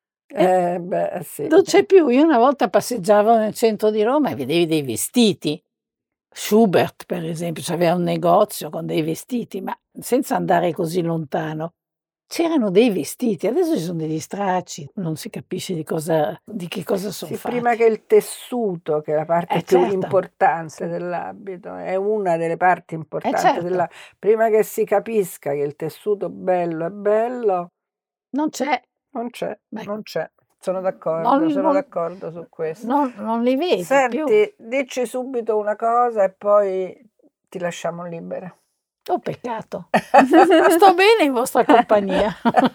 [SPEAKER 2] Eh beh, sì.
[SPEAKER 4] Non c'è più. Io una volta passeggiavo nel centro di Roma e vedevi dei vestiti. Schubert, per esempio, c'aveva un negozio con dei vestiti, ma senza andare così lontano. C'erano dei vestiti, adesso ci sono degli stracci, non si capisce di cosa di che cosa son
[SPEAKER 2] Sì,
[SPEAKER 4] fatti.
[SPEAKER 2] prima che il tessuto, che è la parte
[SPEAKER 4] Eh,
[SPEAKER 2] più
[SPEAKER 4] certo.
[SPEAKER 2] importante
[SPEAKER 4] Sì.
[SPEAKER 2] dell'abito, è una delle parti
[SPEAKER 4] Eh,
[SPEAKER 2] importanti
[SPEAKER 4] certo.
[SPEAKER 2] della prima che si capisca che il tessuto bello è bello,
[SPEAKER 4] Non c'è.
[SPEAKER 2] non c'è,
[SPEAKER 4] Ecco.
[SPEAKER 2] non c'è. Sono d'accordo,
[SPEAKER 4] Non
[SPEAKER 2] sono
[SPEAKER 4] non
[SPEAKER 2] d'accordo su questo.
[SPEAKER 4] non non li vedi più.
[SPEAKER 2] Senti, dici subito una cosa e poi ti lasciamo libera.
[SPEAKER 4] Oh, peccato. Sto bene in vostra compagnia.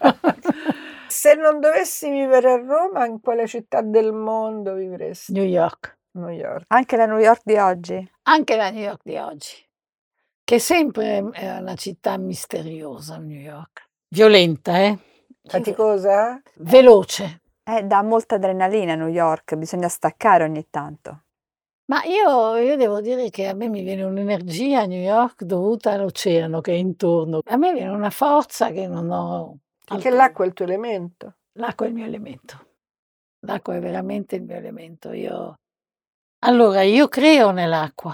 [SPEAKER 2] Se non dovessi vivere a Roma, in quale città del mondo vivresti?
[SPEAKER 4] New York.
[SPEAKER 2] New York.
[SPEAKER 3] Anche la New York di oggi.
[SPEAKER 4] Anche la New York di oggi, che sempre è una città misteriosa, New York. Violenta, eh?
[SPEAKER 2] Faticosa?
[SPEAKER 4] Veloce.
[SPEAKER 3] Eh, dà molta adrenalina a New York, bisogna staccare ogni tanto.
[SPEAKER 4] Ma io, io devo dire che a me mi viene un'energia a New York dovuta all'oceano che è intorno. A me viene una forza che non ho.
[SPEAKER 2] Perché
[SPEAKER 4] altrove.
[SPEAKER 2] l'acqua è il tuo elemento.
[SPEAKER 4] L'acqua è il mio elemento. L'acqua è veramente il mio elemento. Io. Allora, io creo nell'acqua.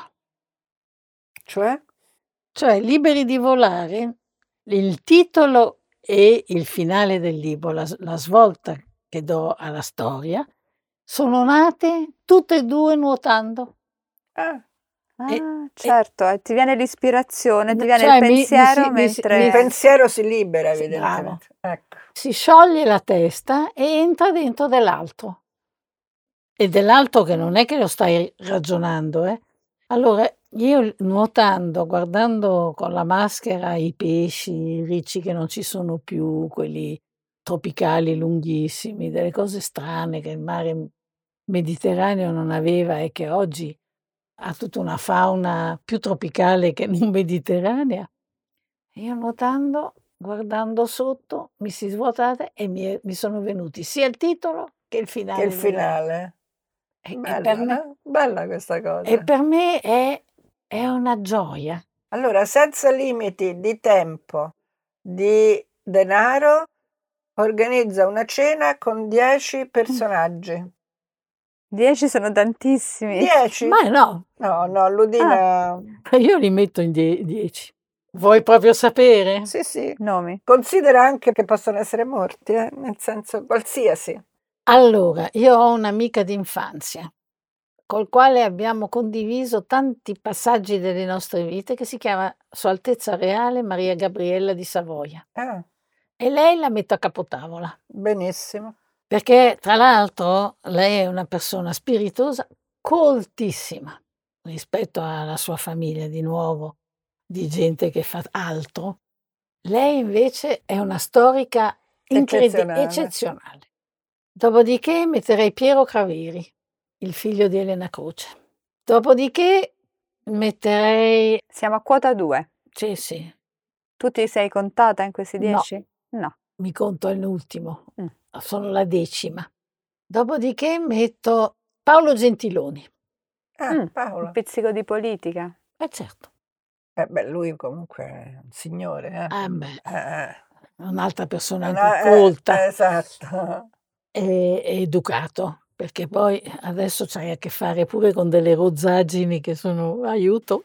[SPEAKER 2] Cioè?
[SPEAKER 4] Cioè, Liberi di volare, il titolo e il finale del libro, la, la svolta che do alla storia, sono nate tutte e due nuotando.
[SPEAKER 2] Ah,
[SPEAKER 3] Ah,
[SPEAKER 4] E-
[SPEAKER 3] certo, eh, ti viene l'ispirazione, ti
[SPEAKER 4] N-
[SPEAKER 3] viene
[SPEAKER 4] cioè,
[SPEAKER 3] il
[SPEAKER 4] mi- mi
[SPEAKER 3] pensiero
[SPEAKER 4] si- mi si-
[SPEAKER 3] mentre...
[SPEAKER 4] mi
[SPEAKER 2] il pensiero si libera,
[SPEAKER 4] Sì,
[SPEAKER 2] evidentemente. Ecco.
[SPEAKER 4] Si scioglie la testa e entra dentro dell'altro. E dell'altro che non è che lo stai ragionando, eh. Allora, io nuotando, guardando con la maschera i pesci, i ricci che non ci sono più, quelli tropicali lunghissimi, delle cose strane che il mare Mediterraneo non aveva e che oggi ha tutta una fauna più tropicale che non mediterranea. E io nuotando, guardando sotto, mi si svuotate e mi, è- mi sono venuti sia il titolo che il finale.
[SPEAKER 2] Che il
[SPEAKER 4] della-
[SPEAKER 2] finale.
[SPEAKER 4] E, e
[SPEAKER 2] Bella,
[SPEAKER 4] per me,
[SPEAKER 2] no? Bella questa cosa.
[SPEAKER 4] e per me è, è una gioia.
[SPEAKER 2] Allora, senza limiti di tempo, di denaro, organizza una cena con dieci personaggi.
[SPEAKER 3] Dieci sono tantissimi.
[SPEAKER 2] Dieci?
[SPEAKER 4] Ma no,
[SPEAKER 2] No, no, Ludina...
[SPEAKER 4] io li metto in die- dieci. Vuoi proprio sapere?
[SPEAKER 2] Sì, sì.
[SPEAKER 3] Nomi.
[SPEAKER 2] Considera anche che possono essere morti, eh? Nel senso qualsiasi.
[SPEAKER 4] Allora, io ho un'amica d'infanzia col quale abbiamo condiviso tanti passaggi delle nostre vite che si chiama Sua Altezza Reale Maria Gabriella di Savoia.
[SPEAKER 2] Ah,
[SPEAKER 4] E lei la metto a capotavola,
[SPEAKER 2] benissimo.
[SPEAKER 4] perché tra l'altro lei è una persona spiritosa, coltissima, rispetto alla sua famiglia, di nuovo, di gente che fa altro. Lei invece è una storica incredibile,
[SPEAKER 2] Eccezionale.
[SPEAKER 4] eccezionale. Dopodiché metterei Piero Craveri, il figlio di Elena Croce. Dopodiché metterei...
[SPEAKER 3] Siamo a quota due.
[SPEAKER 4] Sì, sì,
[SPEAKER 3] Tu ti sei contata in questi
[SPEAKER 4] No.
[SPEAKER 3] dieci? No.
[SPEAKER 4] mi conto all'ultimo,
[SPEAKER 3] Mm.
[SPEAKER 4] sono la decima. Dopodiché metto Paolo Gentiloni.
[SPEAKER 2] Ah,
[SPEAKER 3] Mm, Un
[SPEAKER 2] Paolo.
[SPEAKER 3] pizzico di politica.
[SPEAKER 4] Eh certo,
[SPEAKER 2] Eh beh, lui comunque è un signore, eh.
[SPEAKER 4] ah, beh,
[SPEAKER 2] Eh,
[SPEAKER 4] un'altra persona
[SPEAKER 2] eh,
[SPEAKER 4] anche
[SPEAKER 2] eh,
[SPEAKER 4] colta
[SPEAKER 2] esatto.
[SPEAKER 4] e, e educato, perché poi adesso c'hai a che fare pure con delle rozzaggini che sono aiuto.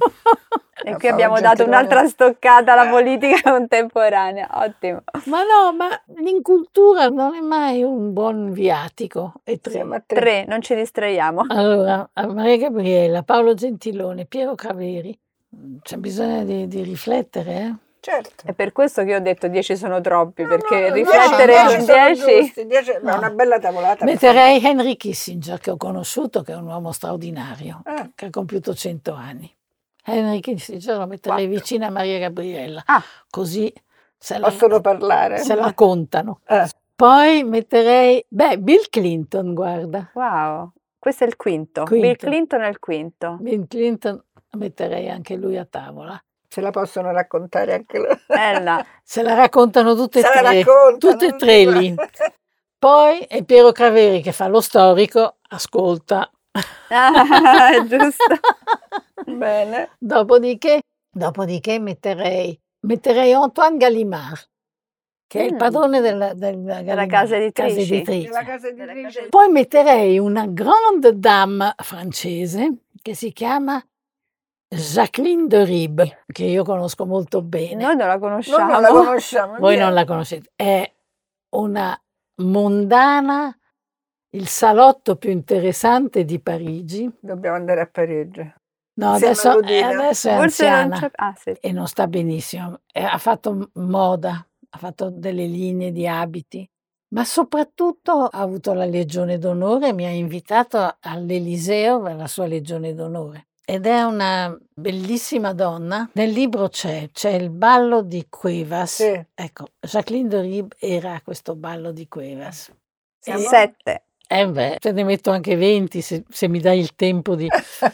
[SPEAKER 3] E
[SPEAKER 2] Ah,
[SPEAKER 3] qui
[SPEAKER 2] Paolo
[SPEAKER 3] abbiamo dato
[SPEAKER 2] Gentiloni.
[SPEAKER 3] un'altra stoccata alla politica contemporanea. Ottimo.
[SPEAKER 4] Ma no, ma l'incultura non è mai un buon viatico. E tre.
[SPEAKER 2] Siamo a tre.
[SPEAKER 3] Tre, non ci distraiamo.
[SPEAKER 4] Allora, a Maria Gabriella, Paolo Gentiloni, Piero Craveri, c'è bisogno di, di riflettere, eh?
[SPEAKER 2] Certo.
[SPEAKER 3] È per questo che ho detto dieci sono troppi, perché
[SPEAKER 2] No,
[SPEAKER 3] riflettere
[SPEAKER 2] dieci
[SPEAKER 3] in
[SPEAKER 2] sono
[SPEAKER 3] dieci...
[SPEAKER 2] giusti, dieci- ma
[SPEAKER 4] No.
[SPEAKER 2] una bella tavolata.
[SPEAKER 4] Metterei Henry Kissinger, che ho conosciuto, che è un uomo straordinario,
[SPEAKER 2] Ah.
[SPEAKER 4] che ha compiuto cento anni. Henry Kissinger lo metterei
[SPEAKER 3] Quattro.
[SPEAKER 4] vicino a Maria Gabriella,
[SPEAKER 3] Ah,
[SPEAKER 4] così se la,
[SPEAKER 2] Possono parlare.
[SPEAKER 4] se la contano.
[SPEAKER 2] Eh.
[SPEAKER 4] Poi metterei, beh, Bill Clinton, guarda.
[SPEAKER 3] wow. Questo è il quinto.
[SPEAKER 4] Quinto.
[SPEAKER 3] Bill Clinton è il quinto.
[SPEAKER 4] Bill Clinton metterei anche lui a tavola.
[SPEAKER 2] Se la possono raccontare anche loro.
[SPEAKER 3] Bella.
[SPEAKER 4] Se la raccontano tutte e
[SPEAKER 2] Se la
[SPEAKER 4] tre,
[SPEAKER 2] raccontano.
[SPEAKER 4] tutte e tre lì. Poi è Piero Craveri che fa lo storico, ascolta.
[SPEAKER 3] Ah, giusto.
[SPEAKER 2] Bene.
[SPEAKER 4] Dopodiché, dopodiché metterei, metterei Antoine Gallimard, che è il
[SPEAKER 3] Mm.
[SPEAKER 4] padrone della, della,
[SPEAKER 3] Della
[SPEAKER 4] Gallimard,
[SPEAKER 3] casa editrici.
[SPEAKER 4] casa editrice.
[SPEAKER 2] Nella casa
[SPEAKER 3] Della
[SPEAKER 2] editrice.
[SPEAKER 3] casa
[SPEAKER 4] Poi metterei una grande dame francese che si chiama Jacqueline de Ribes, che io conosco molto bene.
[SPEAKER 3] Noi non la
[SPEAKER 2] Noi
[SPEAKER 3] conosciamo.
[SPEAKER 2] non la conosciamo.
[SPEAKER 4] Voi
[SPEAKER 2] via.
[SPEAKER 4] non la conoscete. È una mondana, il salotto più interessante di Parigi.
[SPEAKER 2] Dobbiamo andare a Parigi.
[SPEAKER 4] No,
[SPEAKER 2] Insieme
[SPEAKER 4] adesso,
[SPEAKER 2] a
[SPEAKER 4] eh,
[SPEAKER 2] Ludina.
[SPEAKER 4] adesso è
[SPEAKER 3] Forse non
[SPEAKER 4] anziana
[SPEAKER 3] c'è... Ah, sì.
[SPEAKER 4] e non sta benissimo. Eh, ha fatto m- moda, ha fatto delle linee di abiti, ma soprattutto ha avuto la Legione d'Onore e mi ha invitato all'Eliseo per la sua Legione d'Onore. Ed è una bellissima donna. Nel libro c'è, c'è il ballo di Cuevas.
[SPEAKER 2] Sì.
[SPEAKER 4] Ecco, Jacqueline de Ribes era a questo ballo di Cuevas.
[SPEAKER 2] Siamo-
[SPEAKER 4] E-
[SPEAKER 3] Sette.
[SPEAKER 4] eh beh, te ne metto anche venti se, se mi dai il tempo di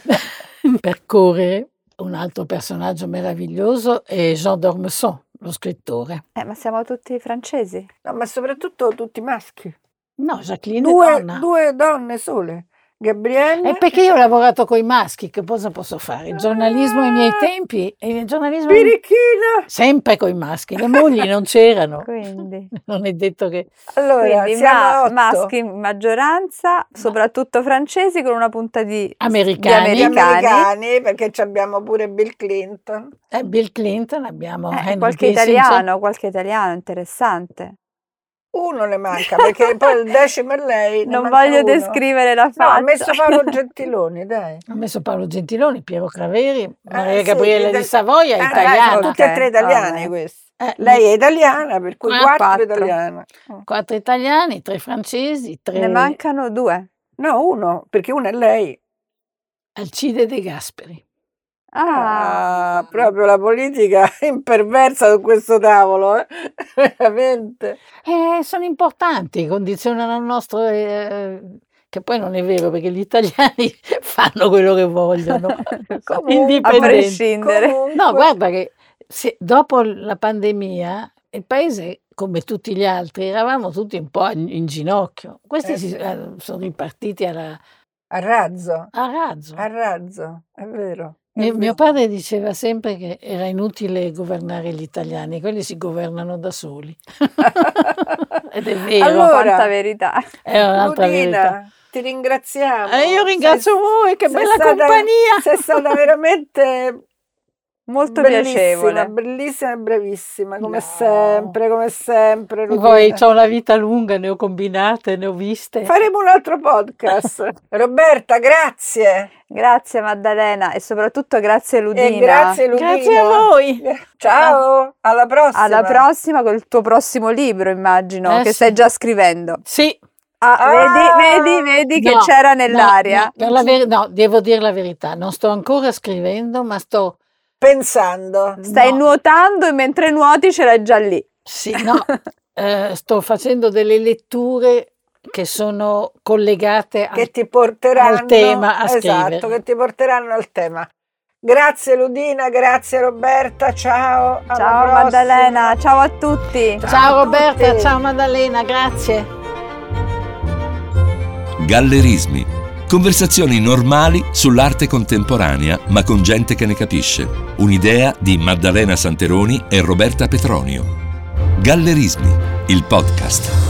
[SPEAKER 4] percorrere. Un altro personaggio meraviglioso è Jean d'Ormesson, lo scrittore.
[SPEAKER 3] Eh, ma siamo tutti francesi.
[SPEAKER 2] No, ma soprattutto tutti maschi.
[SPEAKER 4] No, Jacqueline è
[SPEAKER 2] Due,
[SPEAKER 4] donna.
[SPEAKER 2] due donne sole. Gabriele.
[SPEAKER 4] È perché io ho lavorato con i maschi, che cosa posso fare? Il giornalismo ai miei tempi, e il giornalismo
[SPEAKER 2] Birichina.
[SPEAKER 4] sempre con i maschi, le mogli non c'erano.
[SPEAKER 3] Quindi,
[SPEAKER 4] Non è detto che...
[SPEAKER 2] Allora,
[SPEAKER 3] quindi
[SPEAKER 2] siamo
[SPEAKER 3] ma-
[SPEAKER 2] a otto.
[SPEAKER 3] maschi in maggioranza, soprattutto francesi, con una punta di,
[SPEAKER 4] Americani.
[SPEAKER 3] di
[SPEAKER 2] Gli
[SPEAKER 3] americani.
[SPEAKER 2] americani, perché ci abbiamo pure Bill Clinton.
[SPEAKER 4] Eh, Bill Clinton, abbiamo
[SPEAKER 3] Eh,
[SPEAKER 4] Henry
[SPEAKER 3] qualche
[SPEAKER 4] Kissinger.
[SPEAKER 3] italiano, qualche italiano interessante.
[SPEAKER 2] Uno le manca, perché poi il decimo è lei. ne
[SPEAKER 3] Non
[SPEAKER 2] manca
[SPEAKER 3] voglio
[SPEAKER 2] uno.
[SPEAKER 3] descrivere la
[SPEAKER 2] No,
[SPEAKER 3] faccia.
[SPEAKER 2] ha messo Paolo Gentiloni, dai.
[SPEAKER 4] Ho messo Paolo Gentiloni, Piero Craveri, Maria
[SPEAKER 2] sì,
[SPEAKER 4] Gabriella
[SPEAKER 2] itali-
[SPEAKER 4] di Savoia,
[SPEAKER 2] Eh, dai,
[SPEAKER 4] italiana.
[SPEAKER 2] sono tutte e tre
[SPEAKER 3] Ok,
[SPEAKER 2] italiani
[SPEAKER 3] vabbè.
[SPEAKER 2] questi.
[SPEAKER 4] Eh,
[SPEAKER 2] Lei è italiana, per cui
[SPEAKER 4] Ah,
[SPEAKER 2] quattro,
[SPEAKER 3] quattro.
[SPEAKER 2] italiane.
[SPEAKER 4] Quattro italiani, tre francesi, tre...
[SPEAKER 3] Ne mancano due.
[SPEAKER 2] No, uno, perché uno è lei.
[SPEAKER 4] Alcide De Gasperi.
[SPEAKER 3] Ah,
[SPEAKER 2] Ah, proprio la politica imperversa su questo tavolo, eh? Veramente.
[SPEAKER 4] Eh, sono importanti, condizionano il nostro... eh, che poi non è vero, perché gli italiani fanno quello che vogliono.
[SPEAKER 3] a
[SPEAKER 4] Indipendenti.
[SPEAKER 3] prescindere.
[SPEAKER 2] Comunque-
[SPEAKER 4] No, guarda che se- dopo la pandemia il paese, come tutti gli altri, eravamo tutti un po' in, in ginocchio. Questi
[SPEAKER 2] Eh,
[SPEAKER 4] si,
[SPEAKER 2] sì.
[SPEAKER 4] eh, sono ripartiti alla,
[SPEAKER 2] A razzo,
[SPEAKER 4] a razzo.
[SPEAKER 2] a razzo, è vero. è
[SPEAKER 4] Mio,
[SPEAKER 2] vero.
[SPEAKER 4] mio padre diceva sempre che era inutile governare gli italiani, quelli si governano da soli. Ed è vero,
[SPEAKER 2] Allora,
[SPEAKER 3] Quanta verità.
[SPEAKER 4] è un'altra verità.
[SPEAKER 2] Ludina, ti ringraziamo.
[SPEAKER 4] Eh, io ringrazio
[SPEAKER 2] Sei-
[SPEAKER 4] voi, che
[SPEAKER 2] sei
[SPEAKER 4] bella
[SPEAKER 2] stata-
[SPEAKER 4] compagnia!
[SPEAKER 2] Sei stata veramente
[SPEAKER 3] Molto
[SPEAKER 2] bellissima,
[SPEAKER 3] piacevole.
[SPEAKER 2] bellissima e bravissima, come
[SPEAKER 4] No.
[SPEAKER 2] sempre, come sempre.
[SPEAKER 4] E
[SPEAKER 2] Ludina.
[SPEAKER 4] poi ho una vita lunga, ne ho combinate, ne ho viste.
[SPEAKER 2] Faremo un altro podcast. Roberta, grazie.
[SPEAKER 3] Grazie Maddalena e soprattutto grazie Ludina.
[SPEAKER 2] E grazie Ludina.
[SPEAKER 4] Grazie a voi!
[SPEAKER 2] Ciao, alla prossima.
[SPEAKER 3] Alla prossima con il tuo prossimo libro, immagino,
[SPEAKER 4] Eh
[SPEAKER 3] che
[SPEAKER 4] sì.
[SPEAKER 3] stai già scrivendo.
[SPEAKER 4] Sì,
[SPEAKER 3] Ah,
[SPEAKER 2] Ah!
[SPEAKER 3] vedi, vedi, vedi che
[SPEAKER 4] No,
[SPEAKER 3] c'era
[SPEAKER 4] no,
[SPEAKER 3] nell'aria.
[SPEAKER 4] no, per la veri- no, devo dire la verità, non sto ancora scrivendo, ma sto...
[SPEAKER 2] Pensando.
[SPEAKER 3] Stai
[SPEAKER 4] no,
[SPEAKER 3] nuotando e mentre nuoti ce l'hai già lì.
[SPEAKER 4] sì, no, eh, sto facendo delle letture che sono collegate al,
[SPEAKER 2] Che ti porteranno
[SPEAKER 4] al tema a
[SPEAKER 2] esatto,
[SPEAKER 4] scrivere.
[SPEAKER 2] che ti porteranno al tema. Grazie Ludina, grazie Roberta, ciao. alla
[SPEAKER 3] Ciao
[SPEAKER 2] prossima.
[SPEAKER 3] Maddalena, ciao a tutti.
[SPEAKER 2] Ciao
[SPEAKER 4] Ciao
[SPEAKER 2] a
[SPEAKER 4] Roberta,
[SPEAKER 2] tutti.
[SPEAKER 4] ciao Maddalena, grazie.
[SPEAKER 1] Gallerismi. Conversazioni normali sull'arte contemporanea, ma con gente che ne capisce. Un'idea di Maddalena Santeroni e Roberta Petronio. Gallerismi, il podcast.